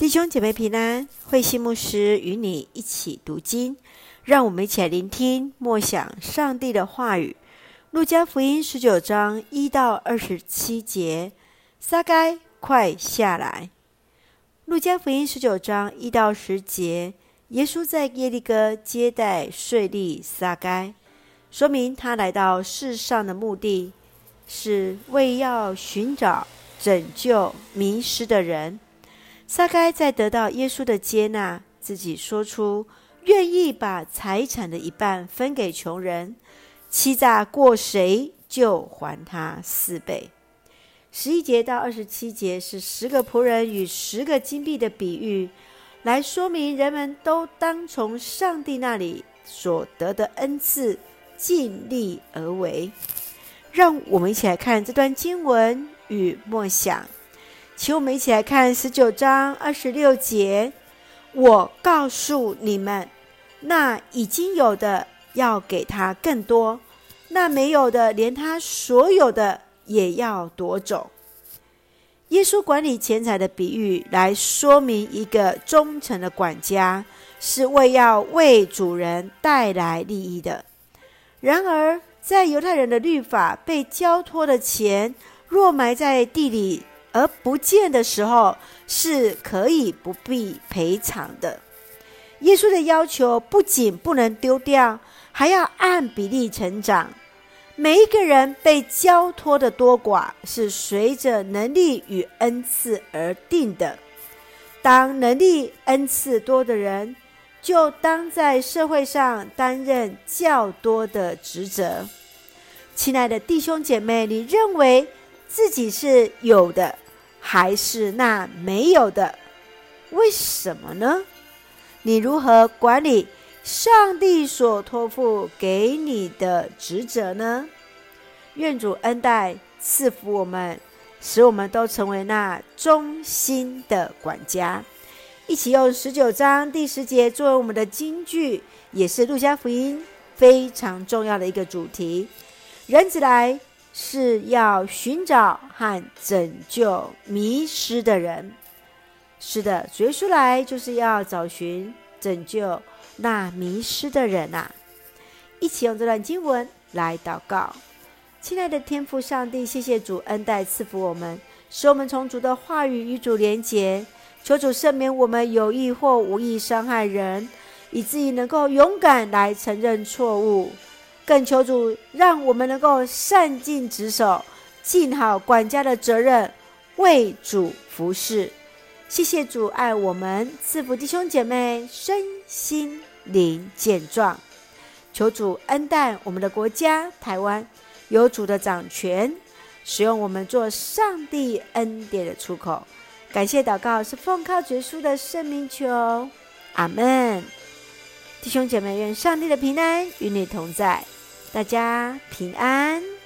弟兄姐妹平安，慧馨牧师与你一起读经，让我们一起来聆听默想上帝的话语。路加福音19章1到27节，撒该，快下来。路加福音19章1到10节，耶稣在耶利哥接待税吏撒该，说明他来到世上的目的是为要寻找拯救迷失的人。撒该在得到耶稣的接纳，自己说出愿意把财产的一半分给穷人，欺诈过谁就还他4倍。11节到27节是10个仆人与10个金币的比喻，来说明人们都当从上帝那里所得的恩赐尽力而为。让我们一起来看这段经文与默想。请我们一起来看19章26节，我告诉你们，那已经有的要给他更多，那没有的连他所有的也要夺走。耶稣管理钱财的比喻来说明一个忠诚的管家是要为主人带来利益的。然而在犹太人的律法，被交托的钱若埋在地里而不见的时候，是可以不必赔偿的。耶稣的要求不仅不能丢掉，还要按比例成长。每一个人被交托的多寡是随着能力与恩赐而定的。当能力恩赐多的人，就当在社会上担任较多的职责。亲爱的弟兄姐妹，你认为自己是有的还是那没有的？为什么呢？你如何管理上帝所托付给你的职责呢？愿主恩待赐福我们，使我们都成为那忠心的管家。一起用19章第10节作为我们的金句，也是路加福音非常重要的一个主题。人子来是要寻找和拯救迷失的人。是的，主耶稣来就是要找寻拯救那迷失的人啊！一起用这段经文来祷告。亲爱的天父上帝，谢谢主恩待赐福我们，使我们从主的话语与主连结。求主赦免我们有意或无意伤害人，以至于能够勇敢来承认错误。更求主让我们能够善尽职守，尽好管家的责任，为主服侍。谢谢主爱我们，赐福弟兄姐妹身心灵健壮。求主恩待我们的国家台湾，有主的掌权，使用我们做上帝恩典的出口。感谢祷告是奉靠主耶稣的圣名求，阿们。弟兄姐妹，愿上帝的平安与你同在，大家平安。